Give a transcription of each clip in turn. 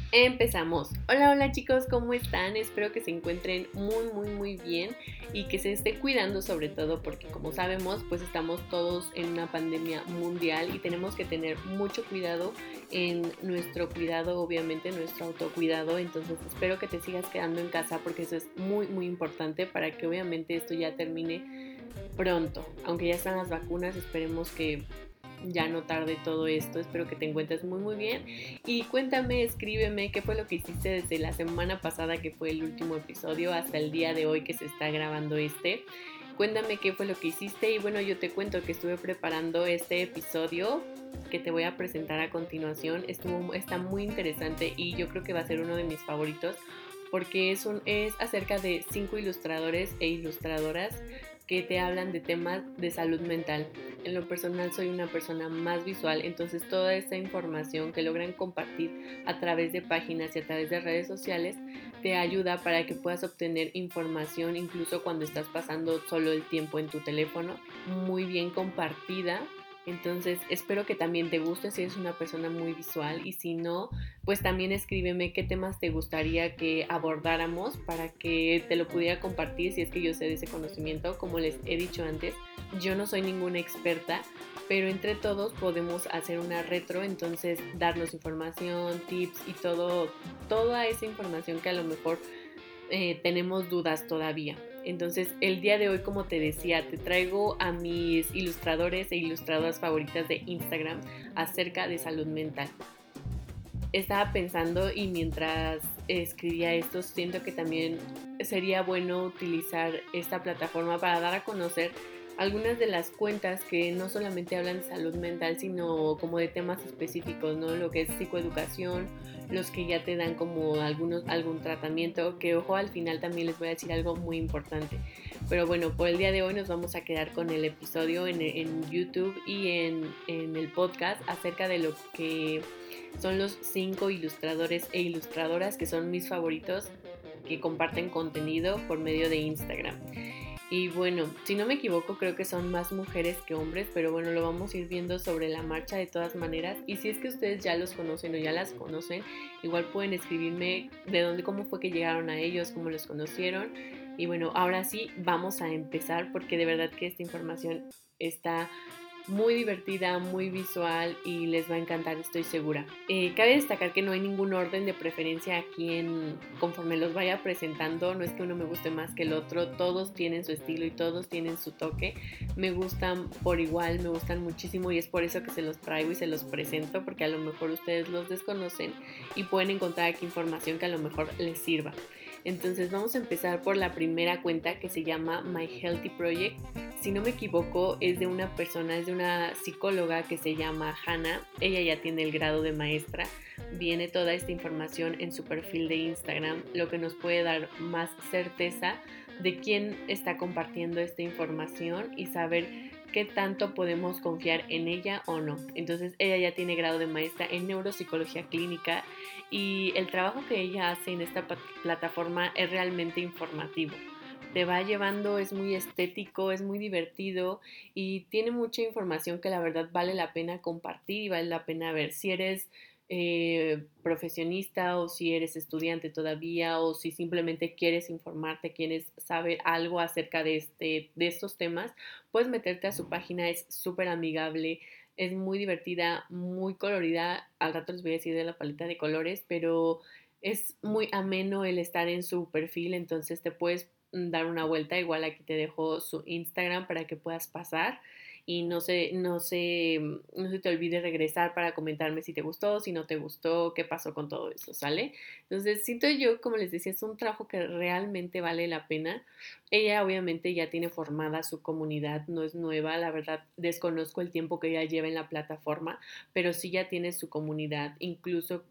Empezamos. Hola, hola chicos, ¿cómo están? Espero que se encuentren muy bien y que se esté cuidando sobre todo porque como sabemos pues estamos todos en una pandemia mundial y tenemos que tener mucho cuidado en nuestro cuidado, obviamente nuestro autocuidado. Entonces espero que te sigas quedando en casa porque eso es muy importante para que obviamente esto ya termine pronto. Aunque ya están las vacunas, esperemos que ya no tarde todo esto. Espero que te encuentres muy bien. Y cuéntame, escríbeme qué fue lo que hiciste desde la semana pasada, que fue el último episodio, hasta el día de hoy que se está grabando este. Cuéntame qué fue lo que hiciste y bueno, yo te cuento que estuve preparando este episodio que te voy a presentar a continuación. Está muy interesante y yo creo que va a ser uno de mis favoritos porque es acerca de 5 ilustradores e ilustradoras que te hablan de temas de salud mental. En lo personal soy una persona más visual, entonces toda esta información que logran compartir a través de páginas y a través de redes sociales te ayuda para que puedas obtener información incluso cuando estás pasando solo el tiempo en tu teléfono, muy bien compartida. Entonces espero que también te guste si eres una persona muy visual y si no, pues también escríbeme qué temas te gustaría que abordáramos para que te lo pudiera compartir si es que yo sé de ese conocimiento. Como les he dicho antes, yo no soy ninguna experta, pero entre todos podemos hacer una retro, entonces darnos información, tips y toda esa información que a lo mejor tenemos dudas todavía. Entonces el día de hoy, como te decía, te traigo a mis ilustradores e ilustradoras favoritas de Instagram acerca de salud mental. Estaba pensando y mientras escribía esto, siento que también sería bueno utilizar esta plataforma para dar a conocer algunas de las cuentas que no solamente hablan de salud mental, sino como de temas específicos, ¿no? Lo que es psicoeducación, los que ya te dan como algún tratamiento, que ojo, al final también les voy a decir algo muy importante. Pero bueno, por el día de hoy nos vamos a quedar con el episodio en YouTube y en el podcast acerca de lo que son los 5 ilustradores e ilustradoras que son mis favoritos que comparten contenido por medio de Instagram. Y bueno, si no me equivoco, creo que son más mujeres que hombres, pero bueno, lo vamos a ir viendo sobre la marcha de todas maneras. Y si es que ustedes ya los conocen o ya las conocen, igual pueden escribirme de dónde, cómo fue que llegaron a ellos, cómo los conocieron. Y bueno, ahora sí, vamos a empezar porque de verdad que esta información está muy divertida, muy visual y les va a encantar, estoy segura. Cabe destacar que no hay ningún orden de preferencia aquí conforme los vaya presentando, no es que uno me guste más que el otro, todos tienen su estilo y todos tienen su toque, me gustan por igual, me gustan muchísimo y es por eso que se los traigo y se los presento porque a lo mejor ustedes los desconocen y pueden encontrar aquí información que a lo mejor les sirva. Entonces vamos a empezar por la primera cuenta que se llama My Healthy Project. Si no me equivoco, es de una psicóloga que se llama Hannah. Ella ya tiene el grado de maestra. Viene toda esta información en su perfil de Instagram, lo que nos puede dar más certeza de quién está compartiendo esta información y saber qué tanto podemos confiar en ella o no. Entonces ella ya tiene grado de maestra en neuropsicología clínica y el trabajo que ella hace en esta plataforma es realmente informativo. Te va llevando, es muy estético, es muy divertido y tiene mucha información que la verdad vale la pena compartir y vale la pena ver. Si eres profesionista o si eres estudiante todavía o si simplemente quieres informarte, quieres saber algo acerca de estos temas, puedes meterte a su página, es súper amigable, es muy divertida, muy colorida. Al rato les voy a decir de la paleta de colores, pero es muy ameno el estar en su perfil, entonces te puedes dar una vuelta. Igual aquí te dejo su Instagram para que puedas pasar y no se te olvide regresar para comentarme si te gustó, si no te gustó, qué pasó con todo eso, ¿sale? Entonces siento yo, como les decía, es un trabajo que realmente vale la pena. Ella obviamente ya tiene formada su comunidad, no es nueva, la verdad desconozco el tiempo que ella lleva en la plataforma, pero sí ya tiene su comunidad, incluso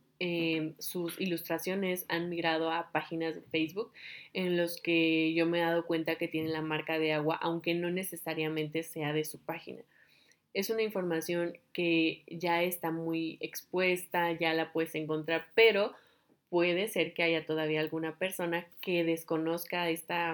sus ilustraciones han migrado a páginas de Facebook en los que yo me he dado cuenta que tienen la marca de agua, aunque no necesariamente sea de su página. Es una información que ya está muy expuesta, ya la puedes encontrar, pero puede ser que haya todavía alguna persona que desconozca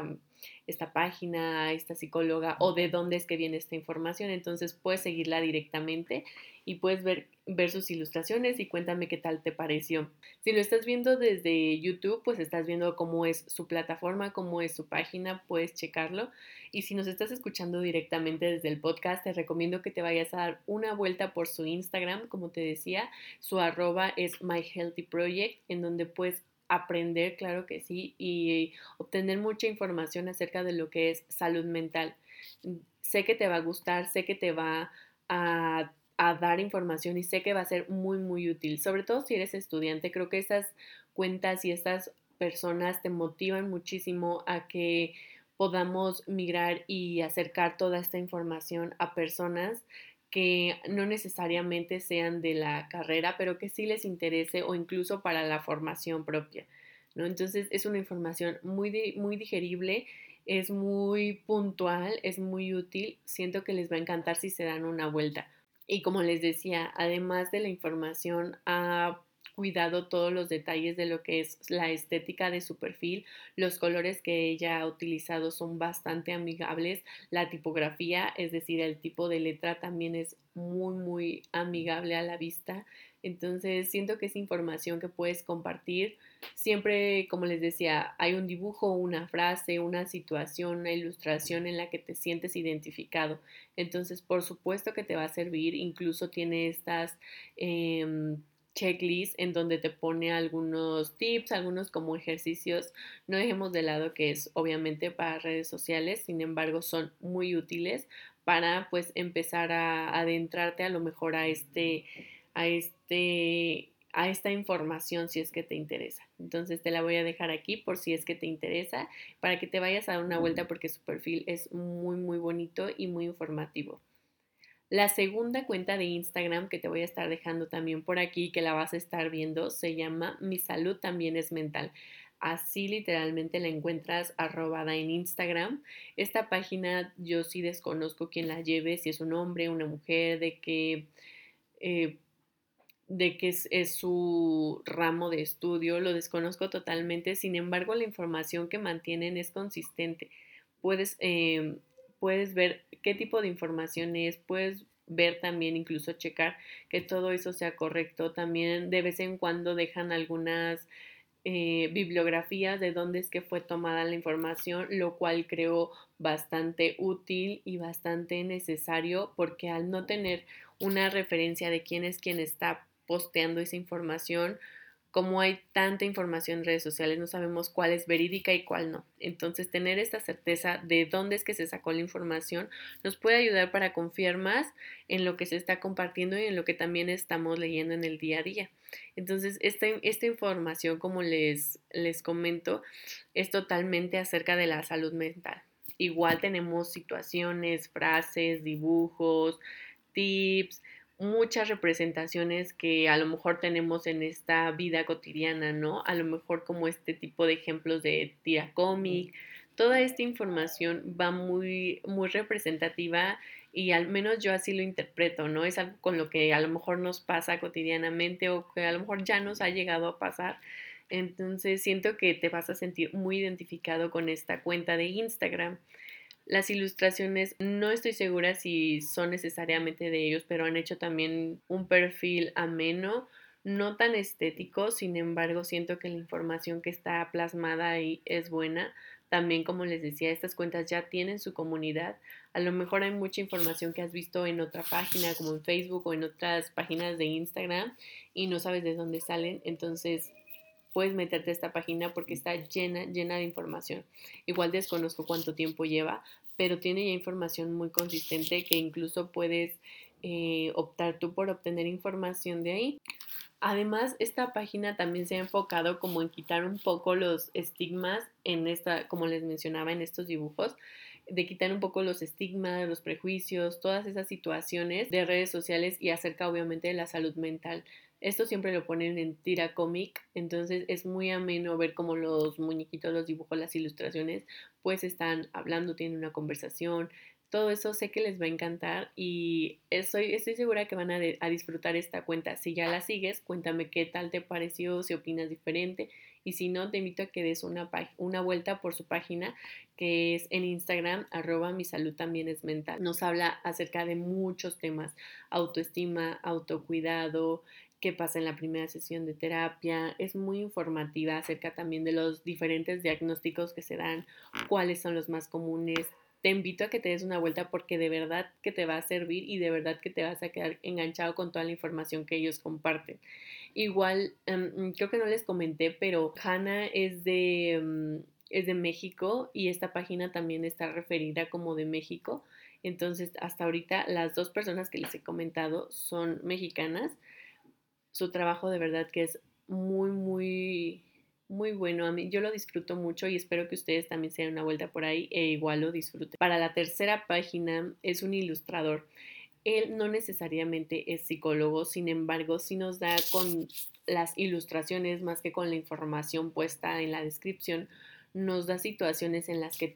esta página, esta psicóloga o de dónde es que viene esta información. Entonces puedes seguirla directamente y puedes ver sus ilustraciones y cuéntame qué tal te pareció. Si lo estás viendo desde YouTube, pues estás viendo cómo es su plataforma, cómo es su página, puedes checarlo. Y si nos estás escuchando directamente desde el podcast, te recomiendo que te vayas a dar una vuelta por su Instagram, como te decía, su arroba es myhealthyproject, en donde puedes aprender, claro que sí, y obtener mucha información acerca de lo que es salud mental. Sé que te va a gustar, sé que te va a dar información y sé que va a ser muy, muy útil. Sobre todo si eres estudiante, creo que estas cuentas y estas personas te motivan muchísimo a que podamos migrar y acercar toda esta información a personas que no necesariamente sean de la carrera, pero que sí les interese o incluso para la formación propia, ¿no? Entonces es una información muy digerible, es muy puntual, es muy útil, siento que les va a encantar si se dan una vuelta. Y como les decía, además de la información, ha cuidado todos los detalles de lo que es la estética de su perfil. Los colores que ella ha utilizado son bastante amigables. La tipografía, es decir, el tipo de letra también es muy amigable a la vista. Entonces siento que es información que puedes compartir. Siempre, como les decía, hay un dibujo, una frase, una situación, una ilustración en la que te sientes identificado. Entonces, por supuesto que te va a servir. Incluso tiene estas checklists en donde te pone algunos tips, algunos como ejercicios. No dejemos de lado que es obviamente para redes sociales, sin embargo, son muy útiles para pues empezar a adentrarte a lo mejor a esta información si es que te interesa. Entonces te la voy a dejar aquí por si es que te interesa, para que te vayas a dar una vuelta porque su perfil es muy bonito y muy informativo. La segunda cuenta de Instagram que te voy a estar dejando también por aquí, que la vas a estar viendo, se llama Mi Salud También es Mental. Así literalmente la encuentras arrobada en Instagram. Esta página yo sí desconozco quién la lleve, si es un hombre, una mujer, eh, de qué es su ramo de estudio, lo desconozco totalmente. Sin embargo, la información que mantienen es consistente. Puedes, puedes ver qué tipo de información es, puedes ver también, incluso checar que todo eso sea correcto. También de vez en cuando dejan algunas bibliografías de dónde es que fue tomada la información, lo cual creo bastante útil y bastante necesario, porque al no tener una referencia de quién es quien está posteando esa información, como hay tanta información en redes sociales, no sabemos cuál es verídica y cuál no. Entonces, tener esta certeza de dónde es que se sacó la información nos puede ayudar para confiar más en lo que se está compartiendo y en lo que también estamos leyendo en el día a día. Entonces, esta información, como les comento, es totalmente acerca de la salud mental. Igual tenemos situaciones, frases, dibujos, tips, muchas representaciones que a lo mejor tenemos en esta vida cotidiana, ¿no? A lo mejor como este tipo de ejemplos de tira cómic. Toda esta información va muy representativa y al menos yo así lo interpreto, ¿no? Es algo con lo que a lo mejor nos pasa cotidianamente o que a lo mejor ya nos ha llegado a pasar. Entonces siento que te vas a sentir muy identificado con esta cuenta de Instagram. Las ilustraciones, no estoy segura si son necesariamente de ellos, pero han hecho también un perfil ameno, no tan estético, sin embargo, siento que la información que está plasmada ahí es buena. También, como les decía, estas cuentas ya tienen su comunidad. A lo mejor hay mucha información que has visto en otra página, como en Facebook o en otras páginas de Instagram, y no sabes de dónde salen. Entonces, puedes meterte a esta página porque está llena de información. Igual desconozco cuánto tiempo lleva, pero tiene ya información muy consistente que incluso puedes optar tú por obtener información de ahí. Además, esta página también se ha enfocado como en quitar un poco los estigmas en esta, como les mencionaba en estos dibujos, de quitar un poco los estigmas, los prejuicios, todas esas situaciones de redes sociales y acerca obviamente de la salud mental. Esto siempre lo ponen en tira cómic, entonces es muy ameno ver cómo los muñequitos, los dibujos, las ilustraciones, pues están hablando, tienen una conversación. Todo eso sé que les va a encantar y estoy segura que van a disfrutar esta cuenta. Si ya la sigues, cuéntame qué tal te pareció, si opinas diferente. Y si no, te invito a que des una vuelta por su página, que es en Instagram, @mi salud también es mental. Nos habla acerca de muchos temas: autoestima, autocuidado, qué pasa en la primera sesión de terapia. Es muy informativa acerca también de los diferentes diagnósticos que se dan, cuáles son los más comunes. Te invito a que te des una vuelta porque de verdad que te va a servir y de verdad que te vas a quedar enganchado con toda la información que ellos comparten. Igual, creo que no les comenté, pero Hanna es de México y esta página también está referida como de México. Entonces, hasta ahorita las dos personas que les he comentado son mexicanas. Su trabajo de verdad que es muy, muy, muy bueno. A mí yo lo disfruto mucho y espero que ustedes también se den una vuelta por ahí e igual lo disfruten. Para la tercera página es un ilustrador. Él no necesariamente es psicólogo, sin embargo, sí nos da con las ilustraciones más que con la información puesta en la descripción, nos da situaciones en las que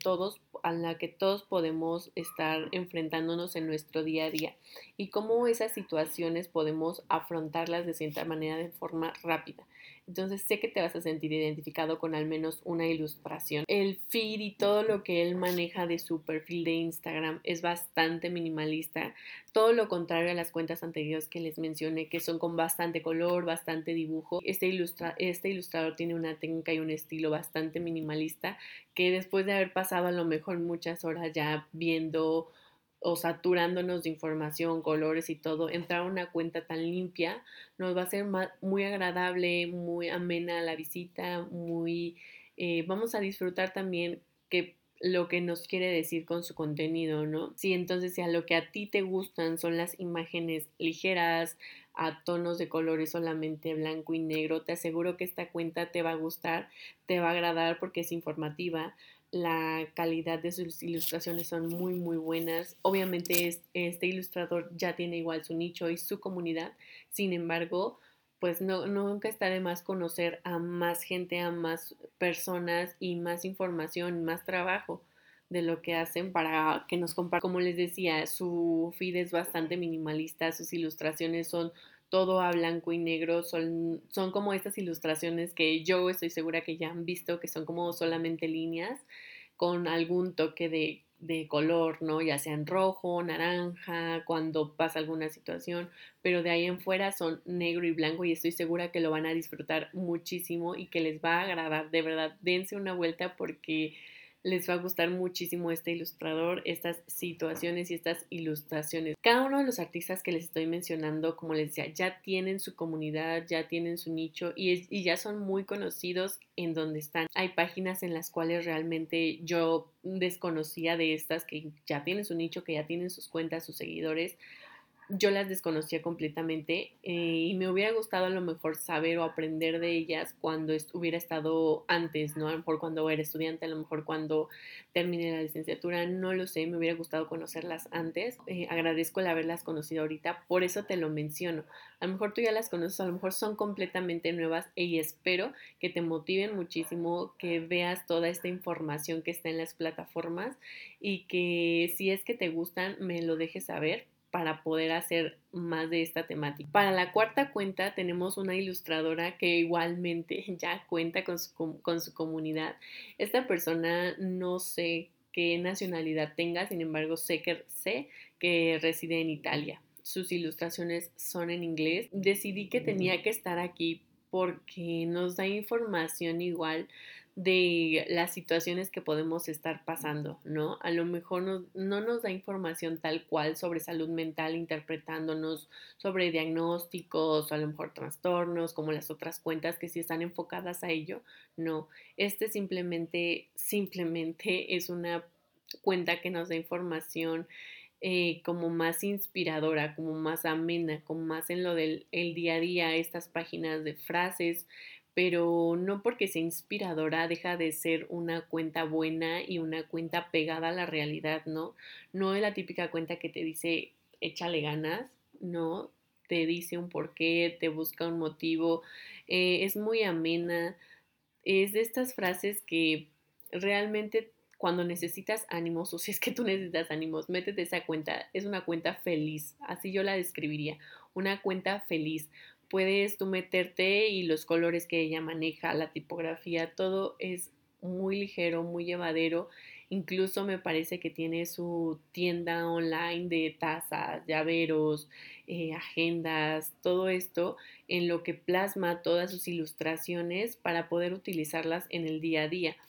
todos podemos estar enfrentándonos en nuestro día a día y cómo esas situaciones podemos afrontarlas de cierta manera de forma rápida. Entonces sé que te vas a sentir identificado con al menos una ilustración. El feed y todo lo que él maneja de su perfil de Instagram es bastante minimalista, todo lo contrario a las cuentas anteriores que les mencioné, que son con bastante color, bastante dibujo. Este ilustrador tiene una técnica y un estilo bastante minimalista, que después de haber pasado a lo mejor muchas horas ya viendo o saturándonos de información, colores y todo, entrar a una cuenta tan limpia nos va a ser muy agradable, muy amena la visita, vamos a disfrutar también que lo que nos quiere decir con su contenido, ¿no? Sí, entonces si a lo que a ti te gustan son las imágenes ligeras, a tonos de colores solamente blanco y negro, te aseguro que esta cuenta te va a gustar, te va a agradar porque es informativa. La calidad de sus ilustraciones son muy muy buenas. Obviamente este ilustrador ya tiene igual su nicho y su comunidad. Sin embargo, pues no, nunca está de más conocer a más gente, a más personas y más información, más trabajo de lo que hacen para que nos compartan. Como les decía, su feed es bastante minimalista, sus ilustraciones son todo a blanco y negro, son como estas ilustraciones que yo estoy segura que ya han visto, que son como solamente líneas con algún toque de color, ¿no? Ya sea en rojo, naranja, cuando pasa alguna situación, pero de ahí en fuera son negro y blanco y estoy segura que lo van a disfrutar muchísimo y que les va a agradar. De verdad, dense una vuelta porque les va a gustar muchísimo este ilustrador, estas situaciones y estas ilustraciones. Cada uno de los artistas que les estoy mencionando, como les decía, ya tienen su comunidad, ya tienen su nicho y ya son muy conocidos en donde están. Hay páginas en las cuales realmente yo desconocía de estas que ya tienen su nicho, que ya tienen sus cuentas, sus seguidores. Yo las desconocía completamente y me hubiera gustado a lo mejor saber o aprender de ellas cuando hubiera estado antes, ¿no? A lo mejor cuando era estudiante, a lo mejor cuando terminé la licenciatura, no lo sé, me hubiera gustado conocerlas antes. Agradezco el haberlas conocido ahorita, por eso te lo menciono. A lo mejor tú ya las conoces, a lo mejor son completamente nuevas y espero que te motiven muchísimo, que veas toda esta información que está en las plataformas y que si es que te gustan, me lo dejes saber para poder hacer más de esta temática. Para la cuarta cuenta tenemos una ilustradora que igualmente ya cuenta con su comunidad. Esta persona no sé qué nacionalidad tenga, sin embargo sé que reside en Italia. Sus ilustraciones son en inglés. Decidí que tenía que estar aquí porque nos da información igual de las situaciones que podemos estar pasando, ¿no? A lo mejor no nos da información tal cual sobre salud mental, interpretándonos sobre diagnósticos o a lo mejor trastornos, como las otras cuentas que sí están enfocadas a ello. No, este simplemente es una cuenta que nos da información como más inspiradora, como más amena, como más en lo del el día a día, estas páginas de frases, pero no porque sea inspiradora deja de ser una cuenta buena y una cuenta pegada a la realidad, ¿no? No es la típica cuenta que te dice échale ganas, ¿no? Te dice un porqué, te busca un motivo, es muy amena, es de estas frases que realmente cuando necesitas ánimos o si es que tú necesitas ánimos, métete esa cuenta. Es una cuenta feliz, así yo la describiría, una cuenta feliz. Puedes tú meterte y los colores que ella maneja, la tipografía, todo es muy ligero, muy llevadero. Incluso me parece que tiene su tienda online de tazas, llaveros, agendas, todo esto en lo que plasma todas sus ilustraciones para poder utilizarlas en el día a día.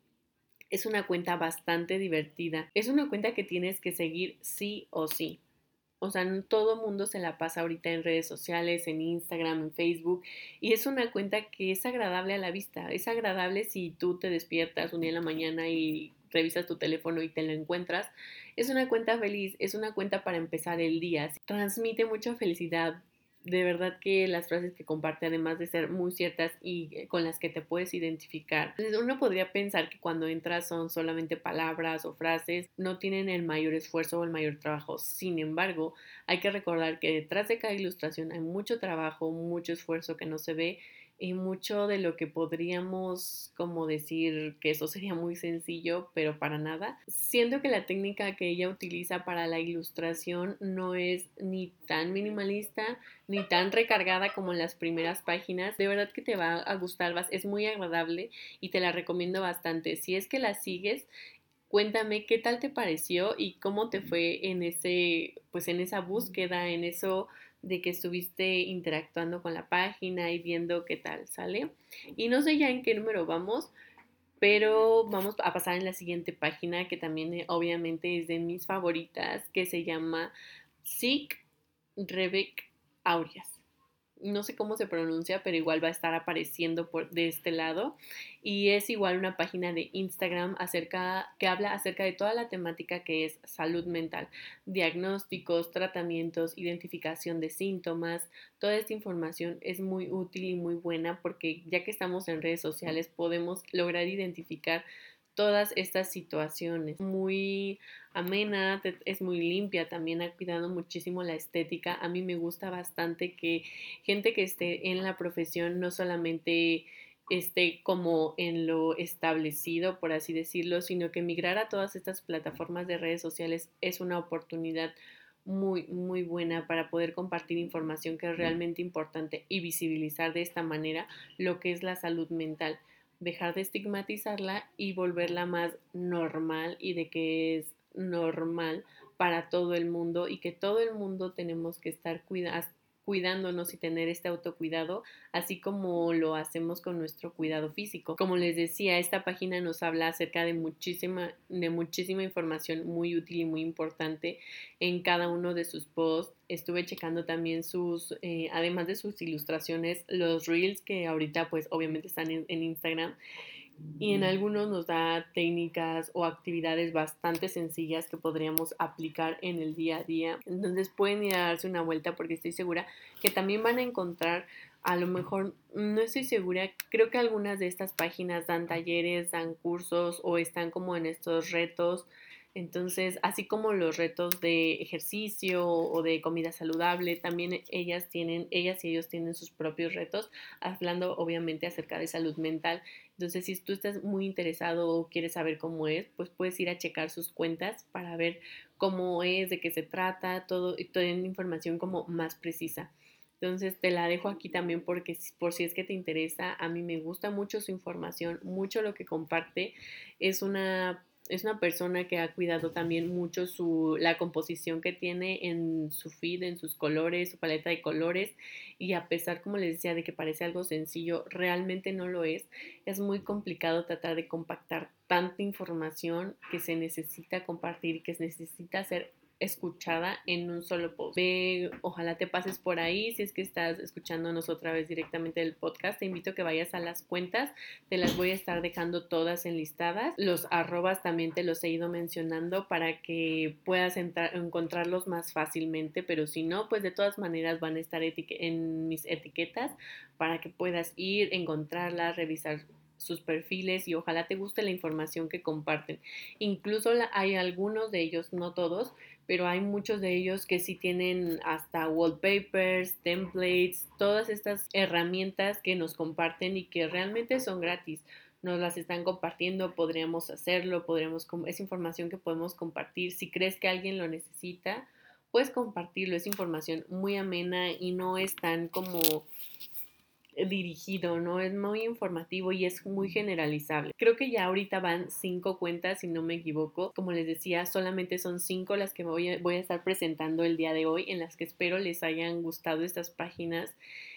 Es una cuenta bastante divertida. Es una cuenta que tienes que seguir sí o sí. O sea, todo mundo se la pasa ahorita en redes sociales, en Instagram, en Facebook, y es una cuenta que es agradable a la vista. Es agradable si tú te despiertas un día en la mañana y revisas tu teléfono y te lo encuentras. Es una cuenta feliz, es una cuenta para empezar el día. Transmite mucha felicidad. De verdad que las frases que comparte, además de ser muy ciertas y con las que te puedes identificar, uno podría pensar que cuando entras son solamente palabras o frases, no tienen el mayor esfuerzo o el mayor trabajo. Sin embargo, hay que recordar que detrás de cada ilustración hay mucho trabajo, mucho esfuerzo que no se ve y mucho de lo que podríamos como decir que eso sería muy sencillo, pero para nada. Siento que la técnica que ella utiliza para la ilustración no es ni tan minimalista ni tan recargada como en las primeras páginas. De verdad que te va a gustar, es muy agradable y te la recomiendo bastante. Si es que la sigues, cuéntame qué tal te pareció y cómo te fue en pues en esa búsqueda, en eso de que estuviste interactuando con la página y viendo qué tal sale. Y no sé ya en qué número vamos, pero vamos a pasar en la siguiente página que también obviamente es de mis favoritas, que se llama Sic Rebec Aureas. No sé cómo se pronuncia, pero igual va a estar apareciendo de este lado. Y es igual una página de Instagram que habla acerca de toda la temática que es salud mental, diagnósticos, tratamientos, identificación de síntomas. Toda esta información es muy útil y muy buena porque ya que estamos en redes sociales podemos lograr identificar todas estas situaciones. Muy amena, es muy limpia, también ha cuidado muchísimo la estética. A mí me gusta bastante que gente que esté en la profesión no solamente esté como en lo establecido, por así decirlo, sino que migrar a todas estas plataformas de redes sociales es una oportunidad muy, muy buena para poder compartir información que es realmente importante y visibilizar de esta manera lo que es la salud mental, dejar de estigmatizarla y volverla más normal y de que es normal para todo el mundo y que todo el mundo tenemos que estar cuidándonos y tener este autocuidado, así como lo hacemos con nuestro cuidado físico. Como les decía, esta página nos habla acerca de muchísima información muy útil y muy importante en cada uno de sus posts. Estuve checando también además de sus ilustraciones, los reels que ahorita pues obviamente están en Instagram y en algunos nos da técnicas o actividades bastante sencillas que podríamos aplicar en el día a día. Entonces pueden ir a darse una vuelta porque estoy segura que también van a encontrar, a lo mejor no estoy segura, creo que algunas de estas páginas dan talleres, dan cursos o están como en estos retos. Entonces, así como los retos de ejercicio o de comida saludable, también ellas y ellos tienen sus propios retos, hablando obviamente acerca de salud mental. Entonces, si tú estás muy interesado o quieres saber cómo es, pues puedes ir a checar sus cuentas para ver cómo es, de qué se trata, todo y toda la información como más precisa. Entonces, te la dejo aquí también porque por si es que te interesa, a mí me gusta mucho su información, mucho lo que comparte. Es una persona que ha cuidado también mucho la composición que tiene en su feed, en sus colores, su paleta de colores, y a pesar, como les decía, de que parece algo sencillo, realmente no lo es. Es muy complicado tratar de compactar tanta información que se necesita compartir y que se necesita ser escuchada en un solo post. Ve, ojalá te pases por ahí. Si es que estás escuchándonos otra vez directamente del podcast, te invito a que vayas a las cuentas. Te las voy a estar dejando todas enlistadas. Los arrobas también te los he ido mencionando para que puedas encontrarlos más fácilmente, pero si no, pues de todas maneras van a estar en mis etiquetas para que puedas ir, encontrarlas, revisar sus perfiles y ojalá te guste la información que comparten. Incluso hay algunos de ellos, no todos, pero hay muchos de ellos que sí tienen hasta wallpapers, templates, todas estas herramientas que nos comparten y que realmente son gratis. nos las están compartiendo, podríamos hacerlo, es información que podemos compartir. Si crees que alguien lo necesita, puedes compartirlo. Es información muy amena y no es tan como dirigido, ¿no? Es muy informativo y es muy generalizable. Creo que ya ahorita van 5 cuentas, si no me equivoco. Como les decía, solamente son 5 las que voy a estar presentando el día de hoy, en las que espero les hayan gustado estas páginas.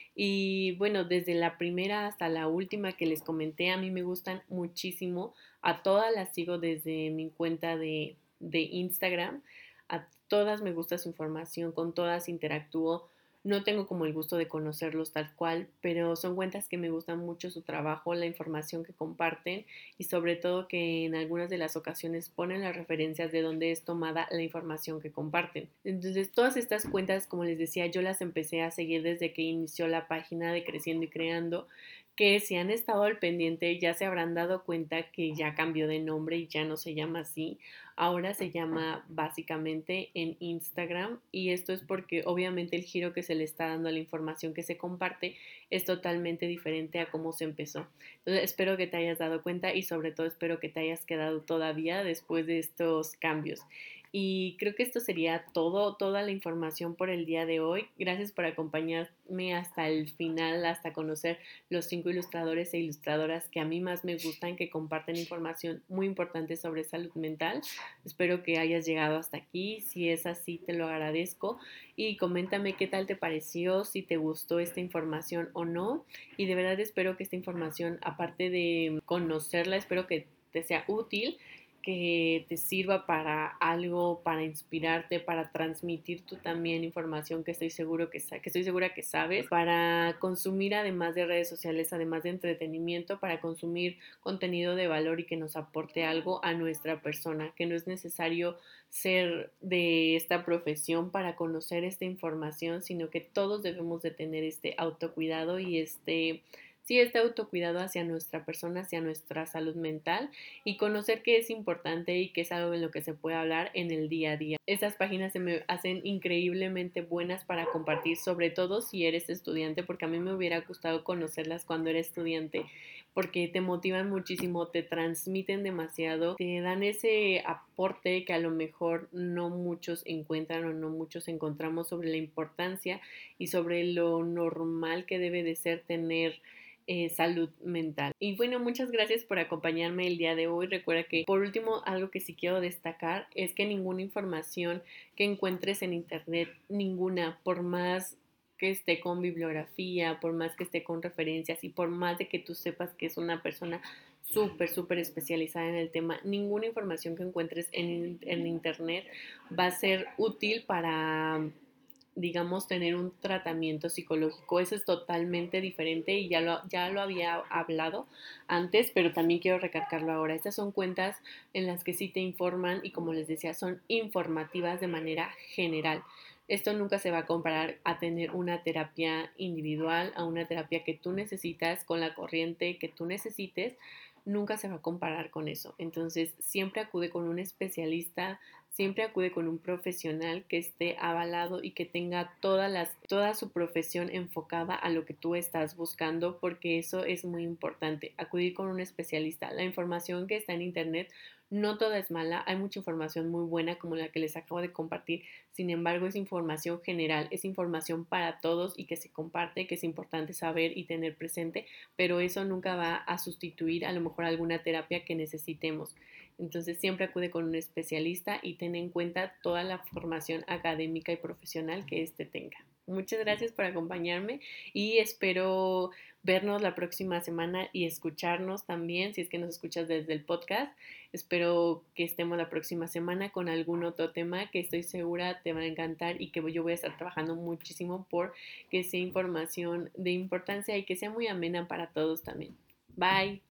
Y bueno, desde la primera hasta la última que les comenté, a mí me gustan muchísimo. A todas las sigo desde mi cuenta de Instagram. A todas me gusta su información, con todas interactúo. No tengo como el gusto de conocerlos tal cual, pero son cuentas que me gustan mucho su trabajo, la información que comparten y sobre todo que en algunas de las ocasiones ponen las referencias de dónde es tomada la información que comparten. Entonces, todas estas cuentas, como les decía, yo las empecé a seguir desde que inició la página de Creciendo y Creando, que si han estado al pendiente ya se habrán dado cuenta que ya cambió de nombre y ya no se llama así. Ahora se llama básicamente en Instagram y esto es porque obviamente el giro que se le está dando a la información que se comparte es totalmente diferente a cómo se empezó. Entonces espero que te hayas dado cuenta y sobre todo espero que te hayas quedado todavía después de estos cambios. Y creo que esto sería todo, toda la información por el día de hoy. Gracias por acompañarme hasta el final, hasta conocer los 5 ilustradores e ilustradoras que a mí más me gustan, que comparten información muy importante sobre salud mental. Espero que hayas llegado hasta aquí. Si es así, te lo agradezco. Y coméntame qué tal te pareció, si te gustó esta información o no. Y de verdad espero que esta información, aparte de conocerla, espero que te sea útil, que te sirva para algo, para inspirarte, para transmitir tú también información que estoy segura que sabes, para consumir además de redes sociales, además de entretenimiento, para consumir contenido de valor y que nos aporte algo a nuestra persona, que no es necesario ser de esta profesión para conocer esta información, sino que todos debemos de tener este autocuidado y este autocuidado hacia nuestra persona, hacia nuestra salud mental y conocer que es importante y que es algo en lo que se puede hablar en el día a día. Estas páginas se me hacen increíblemente buenas para compartir, sobre todo si eres estudiante, porque a mí me hubiera gustado conocerlas cuando era estudiante, porque te motivan muchísimo, te transmiten demasiado, te dan ese aporte que a lo mejor no muchos encuentran o no muchos encontramos sobre la importancia y sobre lo normal que debe de ser tener salud mental. Y bueno, muchas gracias por acompañarme el día de hoy. Recuerda que por último, algo que sí quiero destacar es que ninguna información que encuentres en internet, ninguna, por más que esté con bibliografía, por más que esté con referencias y por más de que tú sepas que es una persona súper especializada en el tema, ninguna información que encuentres en internet va a ser útil para, digamos, tener un tratamiento psicológico. Eso es totalmente diferente y ya lo había hablado antes, pero también quiero recalcarlo ahora. Estas son cuentas en las que sí te informan y, como les decía, son informativas de manera general. Esto nunca se va a comparar a tener una terapia individual, a una terapia que tú necesitas con la corriente que tú necesites. Nunca se va a comparar con eso. Entonces, siempre acude con un especialista, siempre acude con un profesional que esté avalado y que tenga toda su profesión enfocada a lo que tú estás buscando, porque eso es muy importante, acudir con un especialista. La información que está en internet no toda es mala, hay mucha información muy buena como la que les acabo de compartir, sin embargo es información general, es información para todos y que se comparte, que es importante saber y tener presente, pero eso nunca va a sustituir a lo mejor alguna terapia que necesitemos. Entonces siempre acude con un especialista y ten en cuenta toda la formación académica y profesional que éste tenga. Muchas gracias por acompañarme y espero vernos la próxima semana y escucharnos también, si es que nos escuchas desde el podcast. Espero que estemos la próxima semana con algún otro tema que estoy segura te va a encantar y que yo voy a estar trabajando muchísimo por que sea información de importancia y que sea muy amena para todos también. Bye.